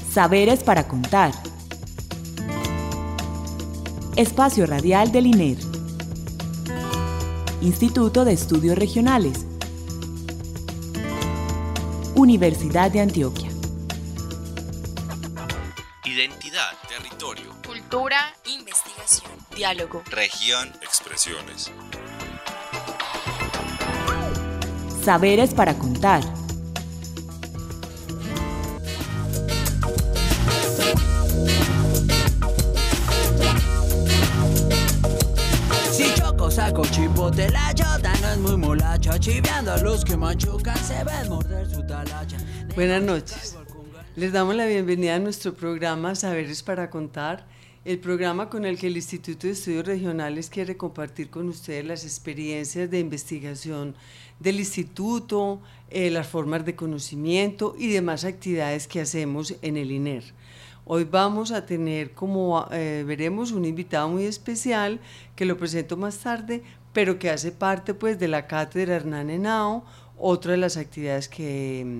Saberes para contar. Espacio radial del INER. Instituto de Estudios Regionales. Universidad de Antioquia. Identidad, territorio, cultura, investigación, diálogo, región, expresiones. Saberes para contar. Si choco, saco chipote, la chota no es muy molacha. Chiveando a los que machucan, se ven morder su talacha. Buenas noches. Les damos la bienvenida a nuestro programa Saberes para Contar, el programa con el que el Instituto de Estudios Regionales quiere compartir con ustedes las experiencias de investigación del instituto, las formas de conocimiento y demás actividades que hacemos en el INER. Hoy vamos a tener, como veremos, un invitado muy especial que lo presento más tarde, pero que hace parte pues de la cátedra Hernán Henao, otra de las actividades que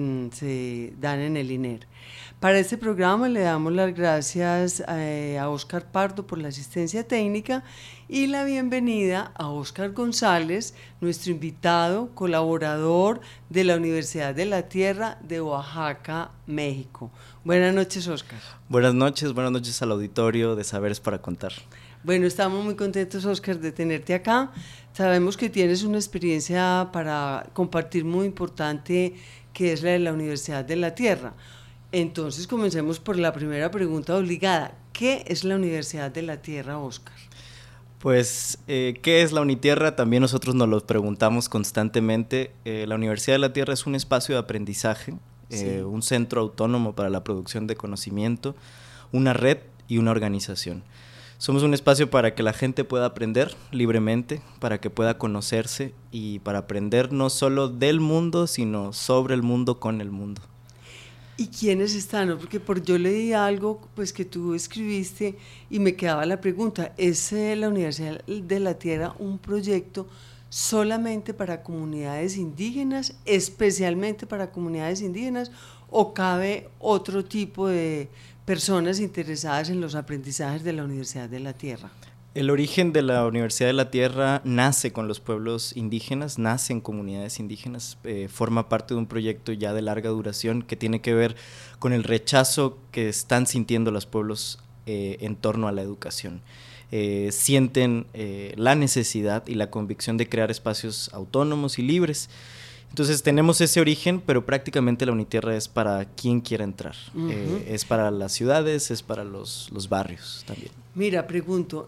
se dan en el INER. Para este programa le damos las gracias a Óscar Pardo por la asistencia técnica y la bienvenida a Óscar González, nuestro invitado, colaborador de la Universidad de la Tierra de Oaxaca, México. Buenas noches, Óscar. Buenas noches al auditorio de Saberes para Contar. Bueno, estamos muy contentos, Óscar, de tenerte acá. Sabemos que tienes una experiencia para compartir muy importante, que es la de la Universidad de la Tierra. Entonces, comencemos por la primera pregunta obligada. ¿Qué es la Universidad de la Tierra, Óscar? Pues, ¿qué es la Unitierra? También nosotros nos lo preguntamos constantemente. La Universidad de la Tierra es un espacio de aprendizaje, un centro autónomo para la producción de conocimiento, una red y una organización. Somos un espacio para que la gente pueda aprender libremente, para que pueda conocerse y para aprender no solo del mundo, sino sobre el mundo con el mundo. ¿Y quiénes están? Porque yo leí algo pues, que tú escribiste y me quedaba la pregunta, ¿es la Universidad de la Tierra un proyecto solamente para comunidades indígenas, especialmente para comunidades indígenas, o cabe otro tipo de personas interesadas en los aprendizajes de la Universidad de la Tierra? El origen de la Universidad de la Tierra nace con los pueblos indígenas, nace en comunidades indígenas, forma parte de un proyecto ya de larga duración que tiene que ver con el rechazo que están sintiendo los pueblos en torno a la educación. Sienten la necesidad y la convicción de crear espacios autónomos y libres. Entonces tenemos ese origen, pero prácticamente la Unitierra es para quien quiera entrar. Es para las ciudades, es para los barrios también. Mira, pregunta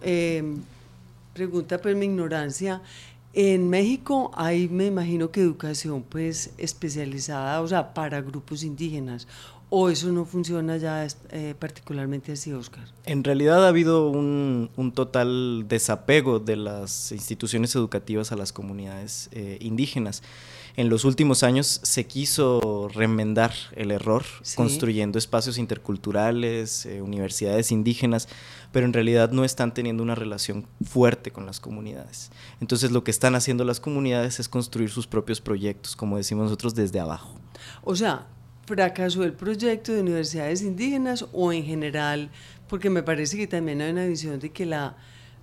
pues mi ignorancia. En México hay, me imagino que educación pues especializada, o sea, para grupos indígenas, ¿o eso no funciona ya particularmente así, Óscar? En realidad ha habido un total desapego de las instituciones educativas a las comunidades indígenas. En los últimos años se quiso remendar el error, construyendo espacios interculturales, universidades indígenas, pero en realidad no están teniendo una relación fuerte con las comunidades. Entonces lo que están haciendo las comunidades es construir sus propios proyectos, como decimos nosotros, desde abajo. O sea, ¿fracasó el proyecto de universidades indígenas o en general? Porque me parece que también hay una visión de que la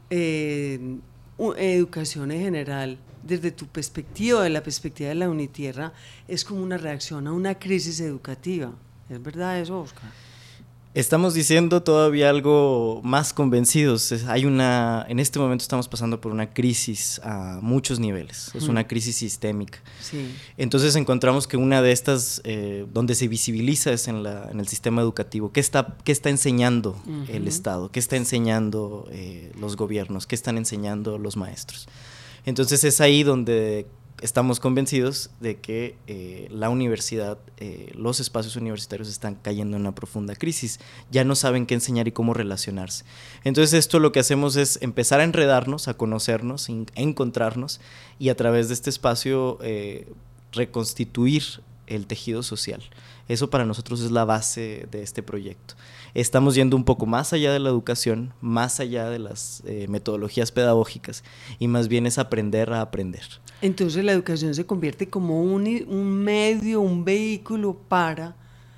educación en general, desde tu perspectiva, de la perspectiva de la Unitierra, es como una reacción a una crisis educativa. ¿Es verdad eso, Óscar? Estamos diciendo todavía algo más convencidos. En este momento estamos pasando por una crisis a muchos niveles, es una crisis sistémica. Sí. Entonces encontramos que una de estas, donde se visibiliza es en el sistema educativo. ¿Qué está enseñando el Estado? ¿Qué está enseñando los gobiernos? ¿Qué están enseñando los maestros? Entonces es ahí donde estamos convencidos de que la universidad, los espacios universitarios están cayendo en una profunda crisis. Ya no saben qué enseñar y cómo relacionarse. Entonces esto lo que hacemos es empezar a enredarnos, a conocernos, a encontrarnos y a través de este espacio reconstituir el tejido social. Eso para nosotros es la base de este proyecto. Estamos yendo un poco más allá de la educación, más allá de las metodologías pedagógicas y más bien es aprender a aprender. Entonces la educación se convierte como un medio, un vehículo para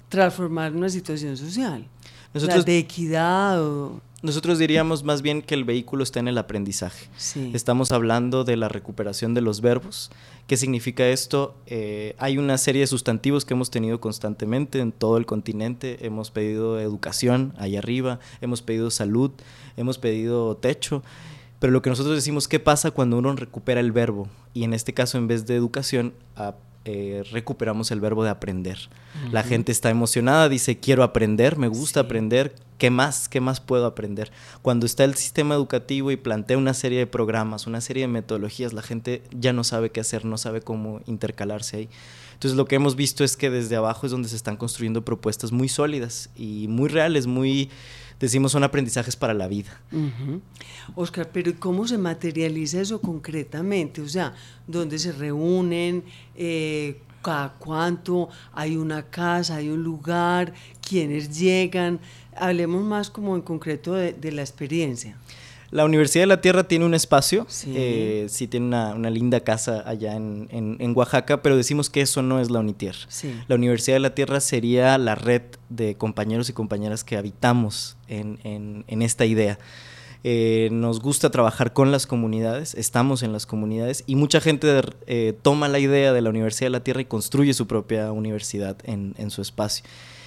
transformar una situación social, la de equidad o... Nosotros diríamos más bien que el vehículo está en el aprendizaje. Sí. Estamos hablando de la recuperación de los verbos. ¿Qué significa esto? Hay una serie de sustantivos que hemos tenido constantemente en todo el continente. Hemos pedido educación allá arriba, hemos pedido salud, hemos pedido techo. Pero lo que nosotros decimos, ¿qué pasa cuando uno recupera el verbo? Y en este caso, en vez de educación, recuperamos el verbo de aprender. Uh-huh. La gente está emocionada, dice, quiero aprender, me gusta aprender, ¿qué más puedo aprender? Cuando está el sistema educativo y plantea una serie de programas, una serie de metodologías, la gente ya no sabe qué hacer, no sabe cómo intercalarse ahí. Entonces lo que hemos visto es que desde abajo es donde se están construyendo propuestas muy sólidas y muy reales, decimos, son aprendizajes para la vida. Uh-huh. Oscar, pero ¿cómo se materializa eso concretamente? O sea, ¿dónde se reúnen? ¿Cada cuánto? ¿Hay una casa? ¿Hay un lugar? ¿Quiénes llegan? Hablemos más como en concreto de la experiencia. La Universidad de la Tierra tiene un espacio, sí, sí tiene una linda casa allá en Oaxaca, pero decimos que eso no es la Unitierra. Sí. La Universidad de la Tierra sería la red de compañeros y compañeras que habitamos en esta idea. Nos gusta trabajar con las comunidades, estamos en las comunidades y mucha gente toma la idea de la Universidad de la Tierra y construye su propia universidad en su espacio.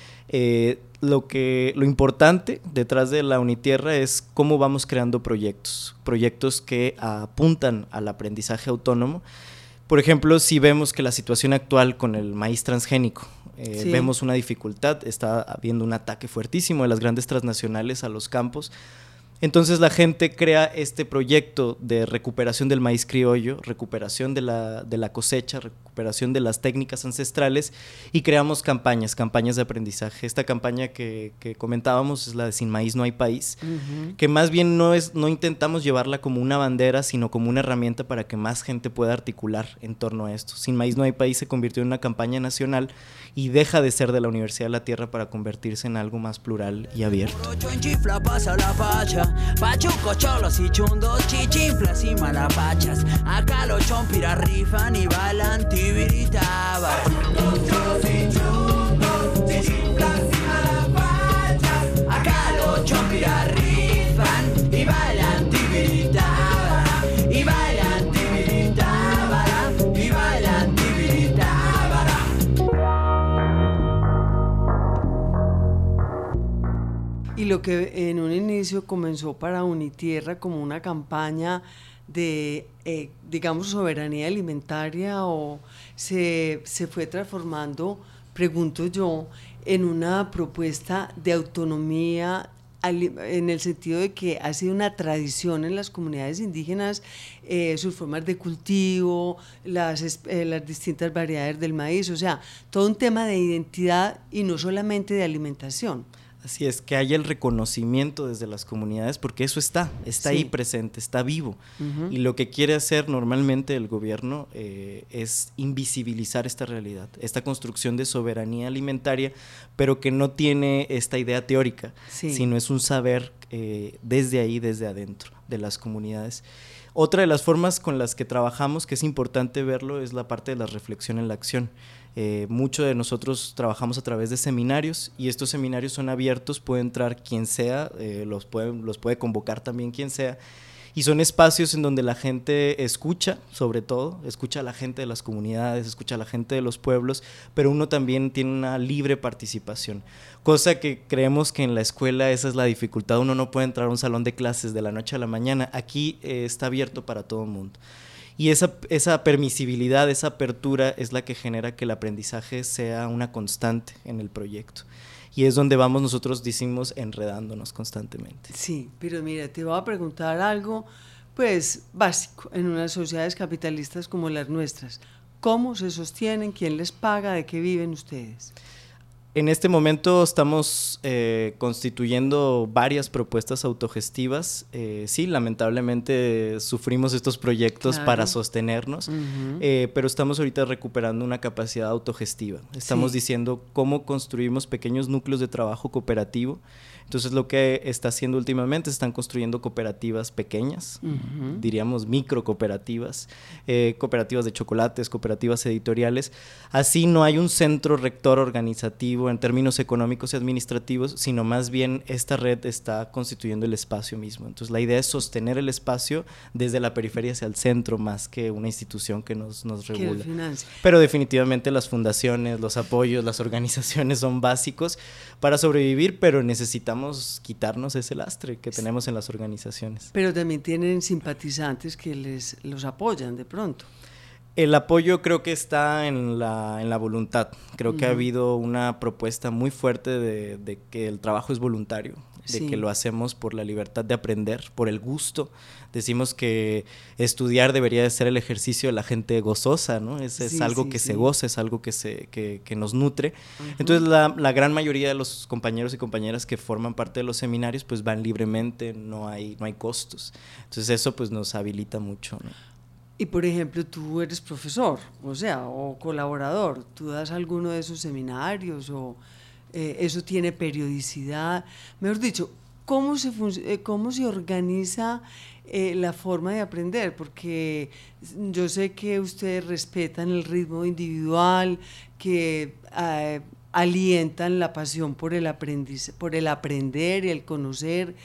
Lo importante detrás de la Unitierra es cómo vamos creando proyectos que apuntan al aprendizaje autónomo. Por ejemplo, si vemos que la situación actual con el maíz transgénico, sí, vemos una dificultad, está habiendo un ataque fuertísimo de las grandes transnacionales a los campos. Entonces la gente crea este proyecto de recuperación del maíz criollo, recuperación de la cosecha, recuperación de las técnicas ancestrales y creamos campañas de aprendizaje. Esta campaña que comentábamos es la de Sin Maíz No Hay País, uh-huh, que más bien no intentamos llevarla como una bandera, sino como una herramienta para que más gente pueda articular en torno a esto. Sin Maíz No Hay País se convirtió en una campaña nacional y deja de ser de la Universidad de la Tierra para convertirse en algo más plural y abierto. Pachuco, cholos y chundos, chichinflas y malapachas. Acá los chompiras rifan y bailan tibiritabas. Pachucos, cholos y chundos, chichinflas y malapachas. Acá los chompiras rifan y bailan tibiritabas. Y bailan tibiritabas. Y bailan tibiritabas. Y lo que en un inicio comenzó para Unitierra como una campaña de, digamos, soberanía alimentaria o se fue transformando, pregunto yo, en una propuesta de autonomía en el sentido de que ha sido una tradición en las comunidades indígenas sus formas de cultivo, las distintas variedades del maíz, o sea, todo un tema de identidad y no solamente de alimentación. Así es, que haya el reconocimiento desde las comunidades, porque eso está sí, ahí presente, está vivo. Uh-huh. Y lo que quiere hacer normalmente el gobierno es invisibilizar esta realidad, esta construcción de soberanía alimentaria, pero que no tiene esta idea teórica, sí, sino es un saber desde ahí, desde adentro de las comunidades. Otra de las formas con las que trabajamos, que es importante verlo, es la parte de la reflexión en la acción. Mucho de nosotros trabajamos a través de seminarios y estos seminarios son abiertos, puede entrar quien sea, los puede convocar también quien sea y son espacios en donde la gente escucha, sobre todo, escucha a la gente de las comunidades, escucha a la gente de los pueblos, pero uno también tiene una libre participación, cosa que creemos que en la escuela esa es la dificultad, uno no puede entrar a un salón de clases de la noche a la mañana, aquí está abierto para todo el mundo. Y esa permisibilidad, esa apertura es la que genera que el aprendizaje sea una constante en el proyecto. Y es donde vamos nosotros, decimos, enredándonos constantemente. Sí, pero mira, te voy a preguntar algo, pues, básico en unas sociedades capitalistas como las nuestras. ¿Cómo se sostienen? ¿Quién les paga? ¿De qué viven ustedes? En este momento estamos constituyendo varias propuestas autogestivas. Sí, lamentablemente sufrimos estos proyectos para sostenernos, pero estamos ahorita recuperando una capacidad autogestiva. Estamos diciendo cómo construimos pequeños núcleos de trabajo cooperativo. Entonces lo que está haciendo últimamente están construyendo cooperativas pequeñas, diríamos micro cooperativas, cooperativas de chocolates, cooperativas editoriales. Así no hay un centro rector organizativo administrativo, en términos económicos y administrativos, sino más bien esta red está constituyendo el espacio mismo. Entonces la idea es sostener el espacio desde la periferia hacia el centro, más que una institución que nos regula. Pero definitivamente las fundaciones, los apoyos, las organizaciones son básicos para sobrevivir, pero necesitamos quitarnos ese lastre que tenemos en las organizaciones. Pero también tienen simpatizantes que los apoyan de pronto. El apoyo creo que está en la voluntad. Creo que ha habido una propuesta muy fuerte de que el trabajo es voluntario, de que lo hacemos por la libertad de aprender, por el gusto. Decimos que estudiar debería de ser el ejercicio de la gente gozosa, ¿no? Es algo que se goza, es algo que nos nutre. Entonces la gran mayoría de los compañeros y compañeras que forman parte de los seminarios pues van libremente, no hay costos. Entonces eso pues nos habilita mucho, ¿no? Y por ejemplo, tú eres profesor, o colaborador, tú das alguno de esos seminarios o eso tiene periodicidad. Mejor dicho, ¿cómo se organiza la forma de aprender? Porque yo sé que ustedes respetan el ritmo individual, que alientan la pasión por el aprender y el conocer,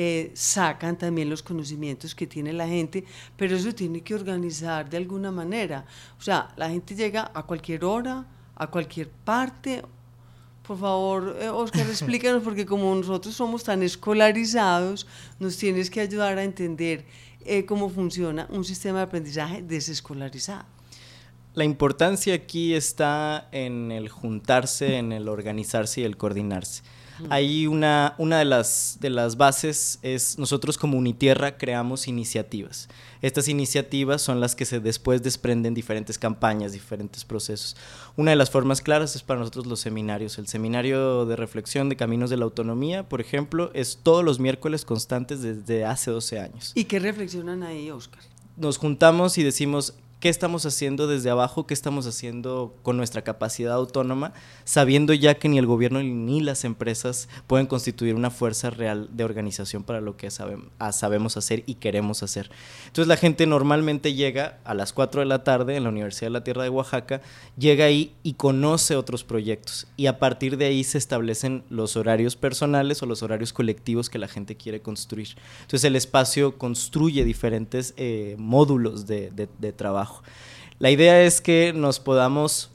sacan también los conocimientos que tiene la gente, pero eso tiene que organizar de alguna manera. O sea, la gente llega a cualquier hora, a cualquier parte. Por favor, Oscar, explícanos, porque como nosotros somos tan escolarizados, nos tienes que ayudar a entender cómo funciona un sistema de aprendizaje desescolarizado. La importancia aquí está en el juntarse, en el organizarse y el coordinarse. Ahí una de las bases es nosotros como Unitierra creamos iniciativas. Estas iniciativas son las que después desprenden diferentes campañas, diferentes procesos. Una de las formas claras es para nosotros los seminarios. El seminario de reflexión de Caminos de la Autonomía, por ejemplo, es todos los miércoles constantes desde hace 12 años. ¿Y qué reflexionan ahí, Oscar? Nos juntamos y decimos qué estamos haciendo desde abajo, qué estamos haciendo con nuestra capacidad autónoma, sabiendo ya que ni el gobierno ni las empresas pueden constituir una fuerza real de organización para lo que sabemos hacer y queremos hacer. Entonces la gente normalmente llega a las 4 de la tarde en la Universidad de la Tierra de Oaxaca, llega ahí y conoce otros proyectos y a partir de ahí se establecen los horarios personales o los horarios colectivos que la gente quiere construir. Entonces el espacio construye diferentes módulos de trabajo. La idea es que nos podamos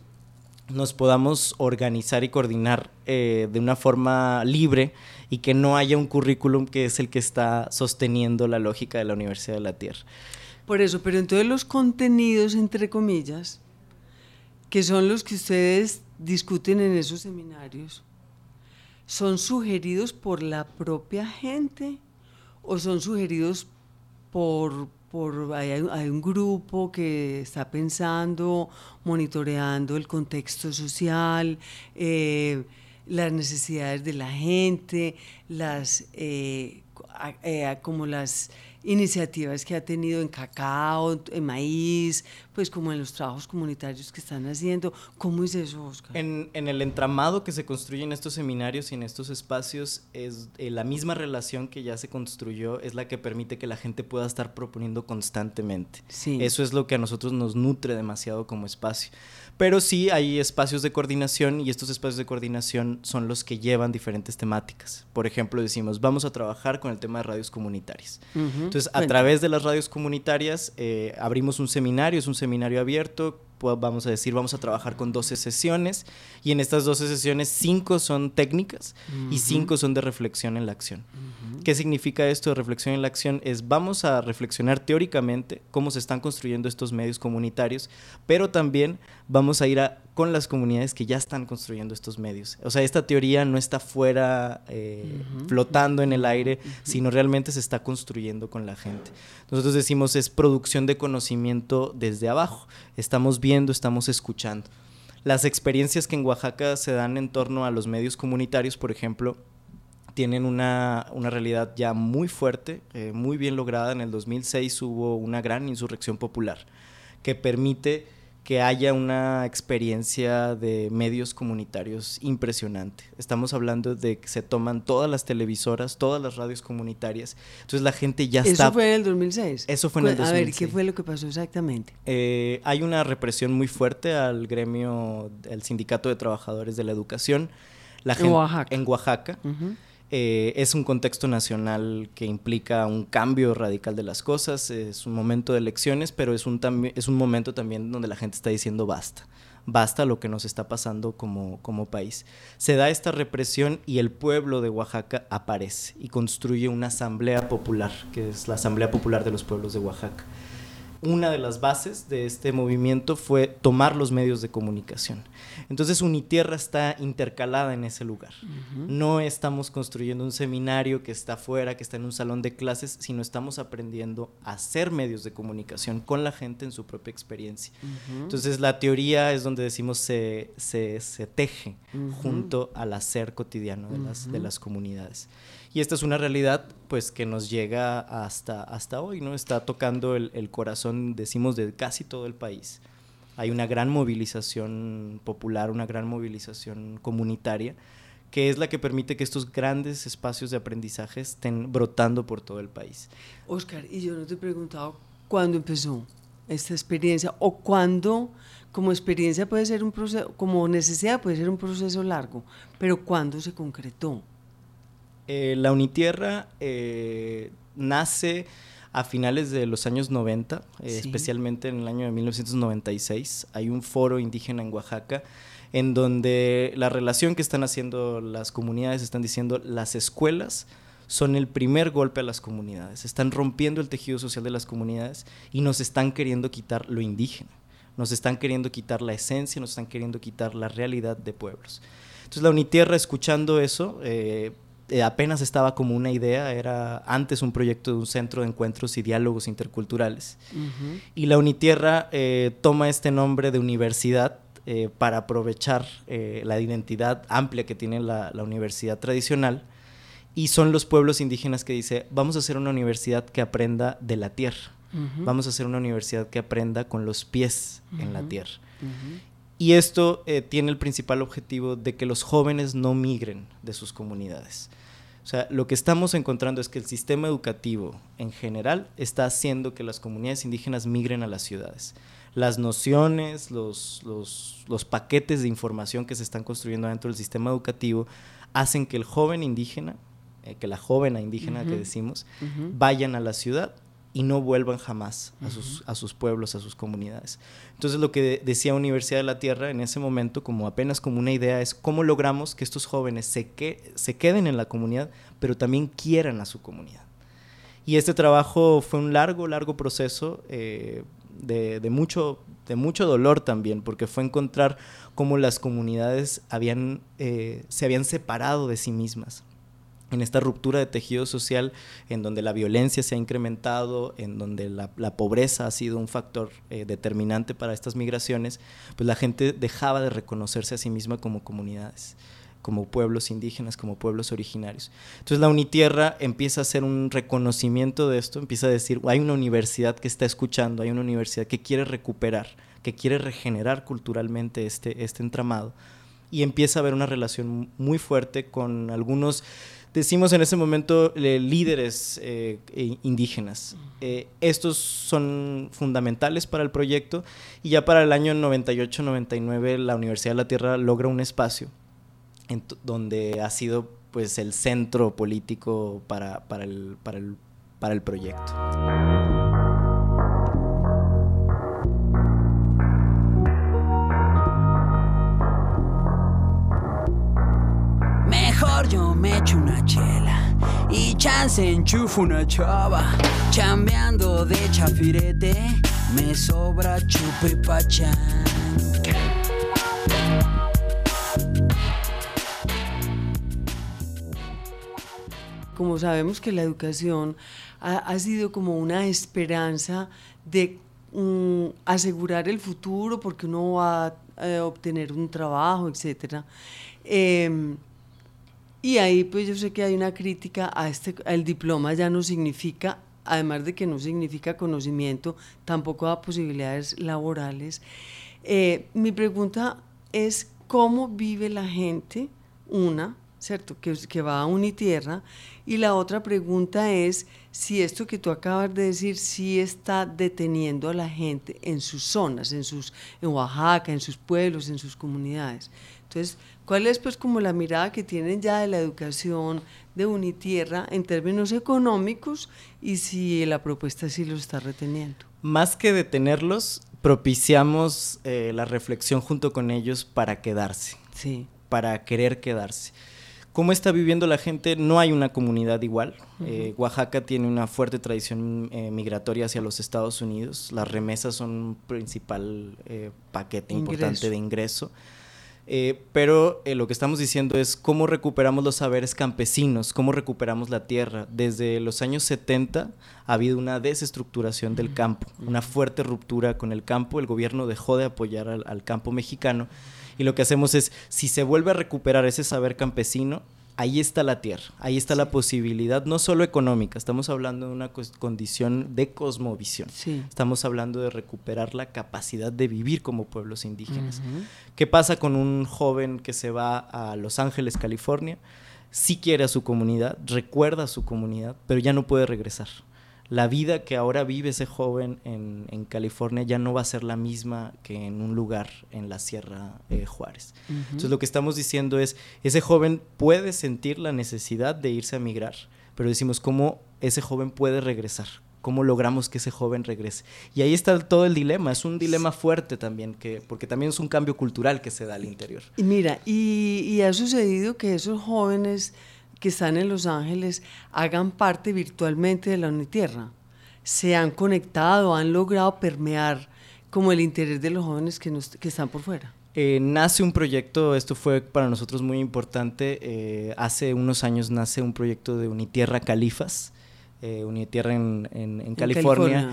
organizar y coordinar de una forma libre y que no haya un currículum que es el que está sosteniendo la lógica de la Universidad de la Tierra. Por eso, pero entonces los contenidos, entre comillas, que son los que ustedes discuten en esos seminarios, ¿son sugeridos por la propia gente o son sugeridos hay un grupo que está pensando, monitoreando el contexto social, las necesidades de la gente, como las iniciativas que ha tenido en cacao, en maíz, pues como en los trabajos comunitarios que están haciendo? ¿Cómo es eso, Oscar? En el entramado que se construye en estos seminarios y en estos espacios, es la misma relación que ya se construyó es la que permite que la gente pueda estar proponiendo constantemente. Sí. Eso es lo que a nosotros nos nutre demasiado como espacio. Pero sí hay espacios de coordinación y estos espacios de coordinación son los que llevan diferentes temáticas. Por ejemplo, decimos, vamos a trabajar con el tema de radios comunitarias. Entonces, a través de las radios comunitarias abrimos un seminario, es un seminario abierto, vamos a decir, vamos a trabajar con 12 sesiones y en estas 12 sesiones 5 son técnicas y 5 son de reflexión en la acción. ¿Qué significa esto de reflexión en la acción? Vamos a reflexionar teóricamente cómo se están construyendo estos medios comunitarios, pero también vamos a ir con las comunidades que ya están construyendo estos medios. O sea, esta teoría no está fuera flotando en el aire, sino realmente se está construyendo con la gente. Nosotros decimos es producción de conocimiento desde abajo. Estamos viendo, estamos escuchando. Las experiencias que en Oaxaca se dan en torno a los medios comunitarios, por ejemplo, tienen una realidad ya muy fuerte, muy bien lograda. En el 2006 hubo una gran insurrección popular que permite que haya una experiencia de medios comunitarios impresionante. Estamos hablando de que se toman todas las televisoras, todas las radios comunitarias, entonces la gente ya está... ¿Eso fue en el 2006? Eso fue en el 2006. A ver, ¿qué fue lo que pasó exactamente? Hay una represión muy fuerte al gremio, al Sindicato de Trabajadores de la Educación. En Oaxaca. En Oaxaca. Uh-huh. Es un contexto nacional que implica un cambio radical de las cosas, es un momento de elecciones, pero es un momento también donde la gente está diciendo basta lo que nos está pasando como país. Se da esta represión y el pueblo de Oaxaca aparece y construye una asamblea popular, que es la Asamblea Popular de los Pueblos de Oaxaca. Una de las bases de este movimiento fue tomar los medios de comunicación. Entonces Unitierra está intercalada en ese lugar. Uh-huh. No estamos construyendo un seminario que está afuera, que está en un salón de clases, sino estamos aprendiendo a hacer medios de comunicación con la gente en su propia experiencia. Uh-huh. Entonces la teoría es donde decimos se teje uh-huh. junto al hacer cotidiano de las comunidades. Y esta es una realidad pues que nos llega hasta hoy, ¿no? Está tocando el corazón, decimos, de casi todo el país. Hay una gran movilización popular, una gran movilización comunitaria, que es la que permite que estos grandes espacios de aprendizaje estén brotando por todo el país. Oscar, y yo no te he preguntado cuándo empezó esta experiencia, o cuándo, como experiencia puede ser un proceso, como necesidad puede ser un proceso largo, pero ¿cuándo se concretó? La Unitierra nace a finales de los años 90, sí. Especialmente en el año de 1996. Hay un foro indígena en Oaxaca en donde la relación que están haciendo las comunidades, están diciendo las escuelas son el primer golpe a las comunidades, están rompiendo el tejido social de las comunidades y nos están queriendo quitar lo indígena, nos están queriendo quitar la esencia, nos están queriendo quitar la realidad de pueblos. Entonces la Unitierra, escuchando eso, apenas estaba como una idea, era antes un proyecto de un centro de encuentros y diálogos interculturales. Uh-huh. Y la Unitierra toma este nombre de universidad para aprovechar la identidad amplia que tiene la universidad tradicional, y son los pueblos indígenas que dice, vamos a hacer una universidad que aprenda de la tierra, uh-huh. vamos a hacer una universidad que aprenda con los pies uh-huh. en la tierra. Uh-huh. Y esto tiene el principal objetivo de que los jóvenes no migren de sus comunidades. O sea, lo que estamos encontrando es que el sistema educativo en general está haciendo que las comunidades indígenas migren a las ciudades. Las nociones, los paquetes de información que se están construyendo dentro del sistema educativo hacen que el joven indígena, que la joven indígena uh-huh. que decimos, uh-huh. vayan a la ciudad y no vuelvan jamás a sus pueblos, a sus comunidades. Entonces lo que decía Universidad de la Tierra en ese momento, como apenas como una idea, es cómo logramos que estos jóvenes se queden en la comunidad, pero también quieran a su comunidad. Y este trabajo fue un largo proceso de mucho dolor también, porque fue encontrar cómo las comunidades se habían separado de sí mismas. En esta ruptura de tejido social, en donde la violencia se ha incrementado, en donde la pobreza ha sido un factor determinante para estas migraciones, pues la gente dejaba de reconocerse a sí misma como comunidades, como pueblos indígenas, como pueblos originarios. Entonces la Unitierra empieza a hacer un reconocimiento de esto, empieza a decir, hay una universidad que está escuchando, hay una universidad que quiere recuperar, que quiere regenerar culturalmente este entramado, y empieza a haber una relación muy fuerte con algunos, decimos en ese momento, líderes indígenas. Estos son fundamentales para el proyecto, y ya para el año 98-99 la Universidad de la Tierra logra un espacio donde ha sido pues el centro político para el proyecto. Mejor yo me echo una chela y chance enchufo una chava. Chambeando de chafirete me sobra chupe pachán. Como sabemos que la educación ha sido como una esperanza de asegurar el futuro porque uno va a obtener un trabajo, etcétera. Y ahí pues yo sé que hay una crítica el diploma ya no significa, además de que no significa conocimiento, tampoco da posibilidades laborales. Mi pregunta es cómo vive la gente, ¿cierto? Que va a Unitierra, y la otra pregunta es si esto que tú acabas de decir sí está deteniendo a la gente en sus zonas, en Oaxaca, en sus pueblos, en sus comunidades. Entonces, ¿cuál es pues como la mirada que tienen ya de la educación de Unitierra en términos económicos y si la propuesta sí los está reteniendo? Más que detenerlos, propiciamos la reflexión junto con ellos para quedarse, sí, para querer quedarse. ¿Cómo está viviendo la gente? No hay una comunidad igual. Oaxaca tiene una fuerte tradición migratoria hacia los Estados Unidos. Las remesas son un principal paquete importante de ingreso. Pero lo que estamos diciendo es cómo recuperamos los saberes campesinos, cómo recuperamos la tierra. Desde los años 70 ha habido una desestructuración del campo, una fuerte ruptura con el campo. El gobierno dejó de apoyar al campo mexicano. Y lo que hacemos es, si se vuelve a recuperar ese saber campesino, ahí está la tierra, ahí está la posibilidad, no solo económica, estamos hablando de una condición de cosmovisión, estamos hablando de recuperar la capacidad de vivir como pueblos indígenas. ¿Qué pasa con un joven que se va a Los Ángeles, California? Sí quiere a su comunidad, recuerda a su comunidad, pero ya no puede regresar. La vida que ahora vive ese joven en California ya no va a ser la misma que en un lugar en la Sierra Juárez. Entonces lo que estamos diciendo es, ese joven puede sentir la necesidad de irse a migrar, pero decimos cómo ese joven puede regresar, cómo logramos que ese joven regrese. Y ahí está todo el dilema, es un dilema fuerte también, porque también es un cambio cultural que se da al interior. Y mira, y ha sucedido que esos jóvenes que están en Los Ángeles hagan parte virtualmente de la Unitierra, se han conectado, han logrado permear como el interés de los jóvenes que están por fuera. Nace un proyecto, esto fue para nosotros muy importante, hace unos años nace un proyecto de Unitierra Califas, Unitierra en California.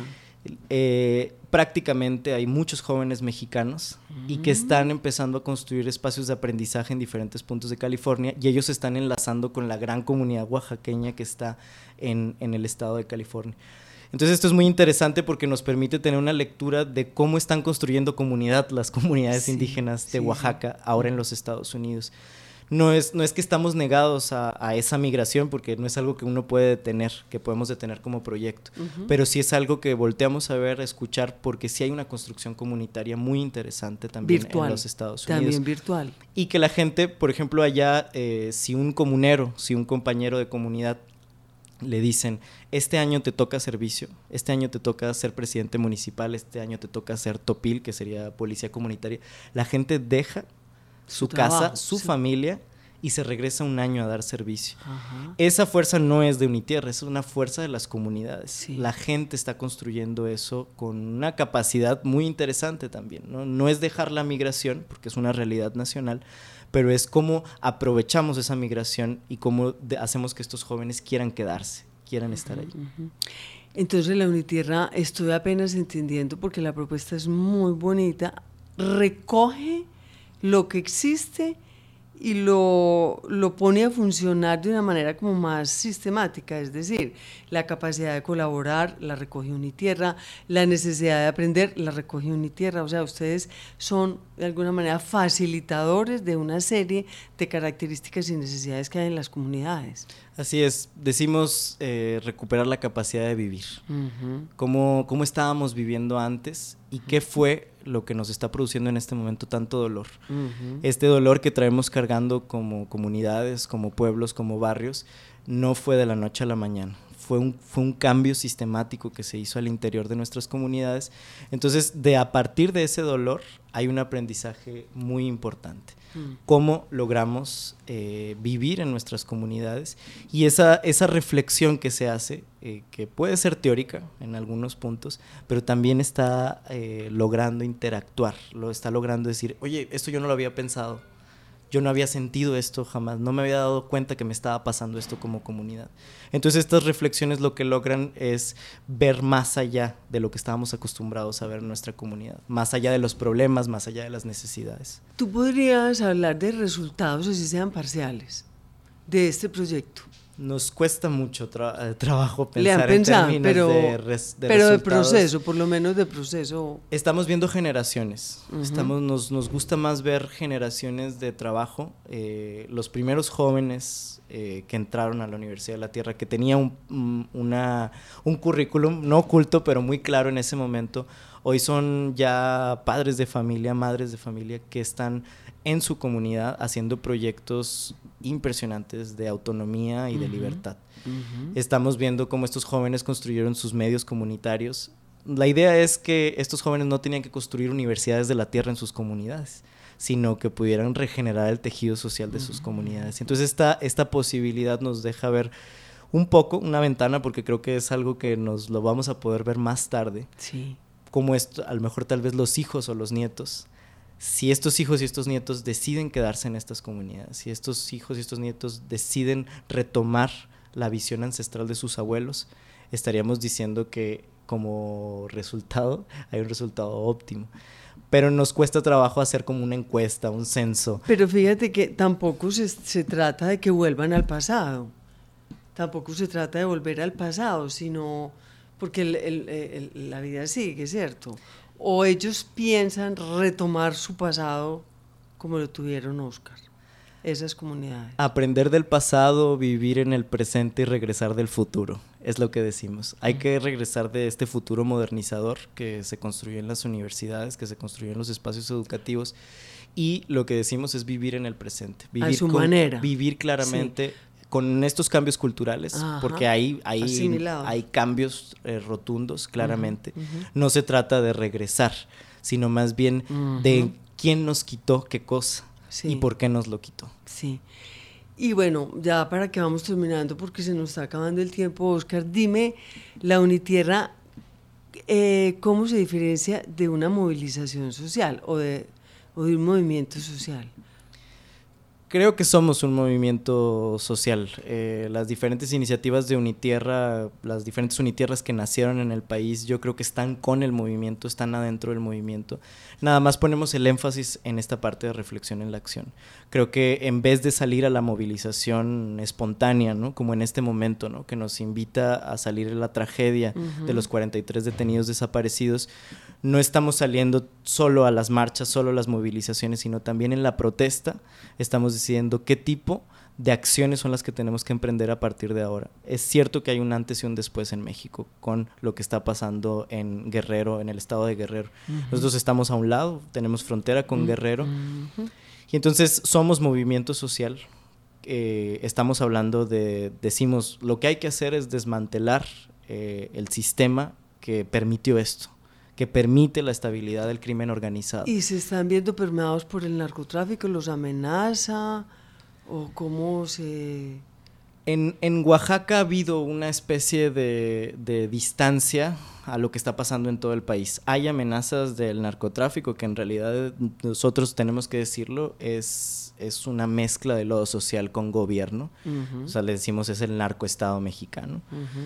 Prácticamente hay muchos jóvenes mexicanos y que están empezando a construir espacios de aprendizaje en diferentes puntos de California, y ellos se están enlazando con la gran comunidad oaxaqueña que está en el estado de California. Entonces esto es muy interesante porque nos permite tener una lectura de cómo están construyendo comunidad las comunidades indígenas de Oaxaca ahora en los Estados Unidos. No es que estamos negados a esa migración, porque no es algo que uno puede detener, que podemos detener como proyecto, pero sí es algo que volteamos a ver, a escuchar, porque sí hay una construcción comunitaria muy interesante también virtual, en los Estados Unidos. También virtual. Y que la gente, por ejemplo, allá, si un comunero, si un compañero de comunidad le dicen, este año te toca servicio, este año te toca ser presidente municipal, este año te toca ser topil, que sería policía comunitaria, la gente deja su casa, su familia, y se regresa un año a dar servicio. Esa fuerza no es de Unitierra, es una fuerza de las comunidades. La gente está construyendo eso con una capacidad muy interesante también, ¿no? No es dejar la migración, porque es una realidad nacional, pero es cómo aprovechamos esa migración y cómo hacemos que estos jóvenes quieran quedarse, quieran estar ahí. Entonces la Unitierra, estoy apenas entendiendo, porque la propuesta es muy bonita, recoge lo que existe y lo pone a funcionar de una manera como más sistemática, es decir, la capacidad de colaborar la recoge Unitierra, la necesidad de aprender la recoge Unitierra, o sea, ustedes son de alguna manera facilitadores de una serie de características y necesidades que hay en las comunidades. Así es, decimos recuperar la capacidad de vivir, cómo estábamos viviendo antes y qué fue lo que nos está produciendo en este momento tanto dolor. Este dolor que traemos cargando como comunidades, como pueblos, como barrios, no fue de la noche a la mañana. Fue un cambio sistemático que se hizo al interior de nuestras comunidades. Entonces, a partir de ese dolor hay un aprendizaje muy importante. Cómo logramos vivir en nuestras comunidades, y esa reflexión que se hace, que puede ser teórica en algunos puntos, pero también está logrando interactuar, lo está logrando decir, oye, esto yo no lo había pensado, yo no había sentido esto jamás, no me había dado cuenta que me estaba pasando esto como comunidad. Entonces estas reflexiones lo que logran es ver más allá de lo que estábamos acostumbrados a ver en nuestra comunidad, más allá de los problemas, más allá de las necesidades. ¿Tú podrías hablar de resultados, así sean parciales, de este proyecto? Nos cuesta mucho trabajo pensar en pensado, términos de pero de resultados. proceso, por lo menos de proceso. Estamos viendo generaciones. Nos gusta más ver generaciones de trabajo. Los primeros jóvenes que entraron a la Universidad de la Tierra, que tenía un currículum no oculto, pero muy claro en ese momento, hoy son ya padres de familia, madres de familia que están en su comunidad haciendo proyectos impresionantes de autonomía y de libertad. Estamos viendo cómo estos jóvenes construyeron sus medios comunitarios. La idea es que estos jóvenes no tenían que construir universidades de la tierra en sus comunidades, sino que pudieran regenerar el tejido social de sus comunidades. Entonces esta posibilidad nos deja ver un poco, una ventana, porque creo que es algo que nos lo vamos a poder ver más tarde. Sí. Como esto, a lo mejor tal vez los hijos o los nietos, si estos hijos y estos nietos deciden quedarse en estas comunidades, si estos hijos y estos nietos deciden retomar la visión ancestral de sus abuelos, estaríamos diciendo que como resultado hay un resultado óptimo. Pero nos cuesta trabajo hacer como una encuesta, un censo. Pero fíjate que tampoco se trata de que vuelvan al pasado, tampoco se trata de volver al pasado, sino porque la vida sigue, ¿cierto? O ellos piensan retomar su pasado como lo tuvieron Oscar, esas comunidades. Aprender del pasado, vivir en el presente y regresar del futuro, es lo que decimos. Hay que regresar de este futuro modernizador que se construyó en las universidades, que se construyó en los espacios educativos, y lo que decimos es vivir en el presente. Vivir a su manera. Vivir claramente. Sí. Con estos cambios culturales, porque hay cambios rotundos, claramente. No se trata de regresar, sino más bien de quién nos quitó qué cosa y por qué nos lo quitó. Sí. Y bueno, ya para que vamos terminando, porque se nos está acabando el tiempo, Oscar, dime, la Unitierra, ¿cómo se diferencia de una movilización social o de un movimiento social? Creo que somos un movimiento social. Las diferentes iniciativas de Unitierra, las diferentes Unitierras que nacieron en el país, yo creo que están con el movimiento, están adentro del movimiento. Nada más ponemos el énfasis en esta parte de reflexión en la acción. Creo que en vez de salir a la movilización espontánea, ¿no? Como en este momento, ¿no? Que nos invita a salir de la tragedia de los 43 detenidos desaparecidos, no estamos saliendo solo a las marchas, solo a las movilizaciones, sino también en la protesta estamos decidiendo qué tipo de acciones son las que tenemos que emprender a partir de ahora. Es cierto que hay un antes y un después en México con lo que está pasando en Guerrero, en el estado de Guerrero. Nosotros estamos a un lado, tenemos frontera con Guerrero, y entonces somos movimiento social. Estamos hablando decimos, lo que hay que hacer es desmantelar el sistema que permitió esto, que permite la estabilidad del crimen organizado. ¿Y se están viendo permeados por el narcotráfico? ¿Los amenaza? ¿O cómo se...? En Oaxaca ha habido una especie de distancia a lo que está pasando en todo el país. Hay amenazas del narcotráfico que en realidad nosotros tenemos que decirlo, es una mezcla de lodo social con gobierno. O sea, le decimos es el narcoestado mexicano.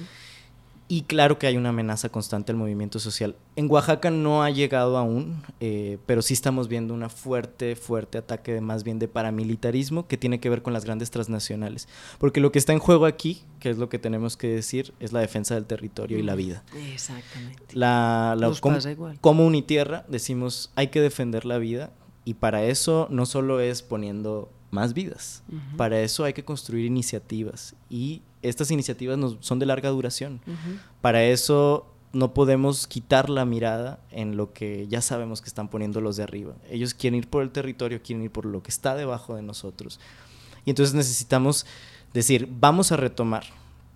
Y claro que hay una amenaza constante al movimiento social. En Oaxaca no ha llegado aún, pero sí estamos viendo una fuerte ataque más bien de paramilitarismo que tiene que ver con las grandes transnacionales. Porque lo que está en juego aquí, que es lo que tenemos que decir, es la defensa del territorio y la vida. Exactamente. Pasa igual. Como Unitierra decimos, hay que defender la vida, y para eso no solo es poniendo más vidas, para eso hay que construir iniciativas, y estas iniciativas son de larga duración. Para eso no podemos quitar la mirada en lo que ya sabemos que están poniendo los de arriba. Ellos quieren ir por el territorio, quieren ir por lo que está debajo de nosotros. Y entonces necesitamos decir, vamos a retomar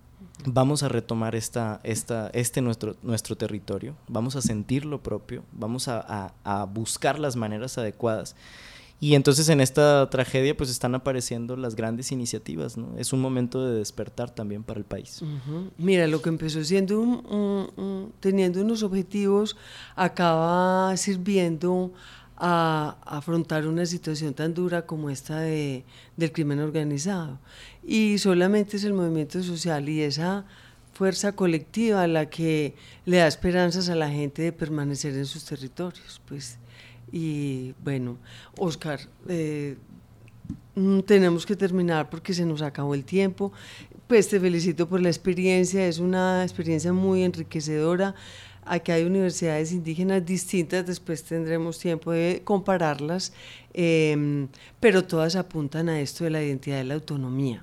nuestro territorio, vamos a sentir lo propio, vamos a buscar las maneras adecuadas. Y entonces en esta tragedia pues están apareciendo las grandes iniciativas, ¿no? Es un momento de despertar también para el país. Mira, lo que empezó siendo teniendo unos objetivos acaba sirviendo a afrontar una situación tan dura como esta del crimen organizado. Y solamente es el movimiento social y esa fuerza colectiva la que le da esperanzas a la gente de permanecer en sus territorios, pues. Y bueno, Oscar, tenemos que terminar porque se nos acabó el tiempo, Pues te felicito por la experiencia, es una experiencia muy enriquecedora. Aquí hay universidades indígenas distintas, después tendremos tiempo de compararlas, pero todas apuntan a esto de la identidad de la autonomía.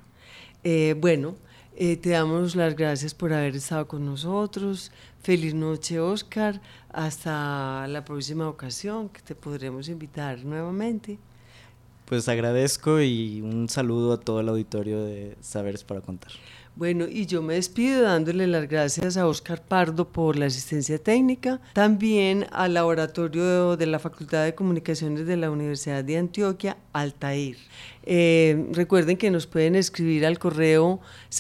Te damos las gracias por haber estado con nosotros. Feliz noche, Óscar. Hasta la próxima ocasión, que te podremos invitar nuevamente. Pues agradezco y un saludo a todo el auditorio de Saberes para Contar. Bueno, y yo me despido dándole las gracias a Óscar Pardo por la asistencia técnica, también al laboratorio de la Facultad de Comunicaciones de la Universidad de Antioquia, Altair. Recuerden que nos pueden escribir al correo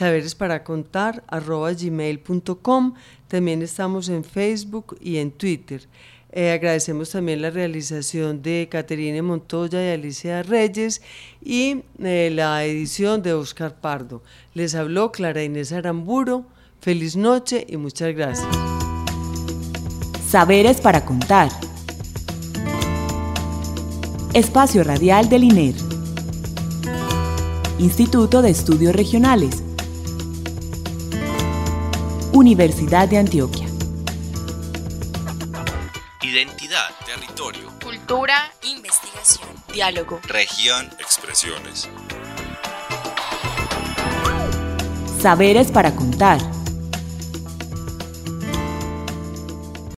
saberesparacontar@gmail.com. También estamos en Facebook y en Twitter. Agradecemos también la realización de Caterine Montoya y Alicia Reyes y la edición de Óscar Pardo. Les habló Clara Inés Aramburo. Feliz noche y muchas gracias. Saberes para Contar. Espacio radial del INER. Instituto de Estudios Regionales. Universidad de Antioquia. Identidad, territorio, cultura, investigación, diálogo, región, expresiones. Saberes para Contar.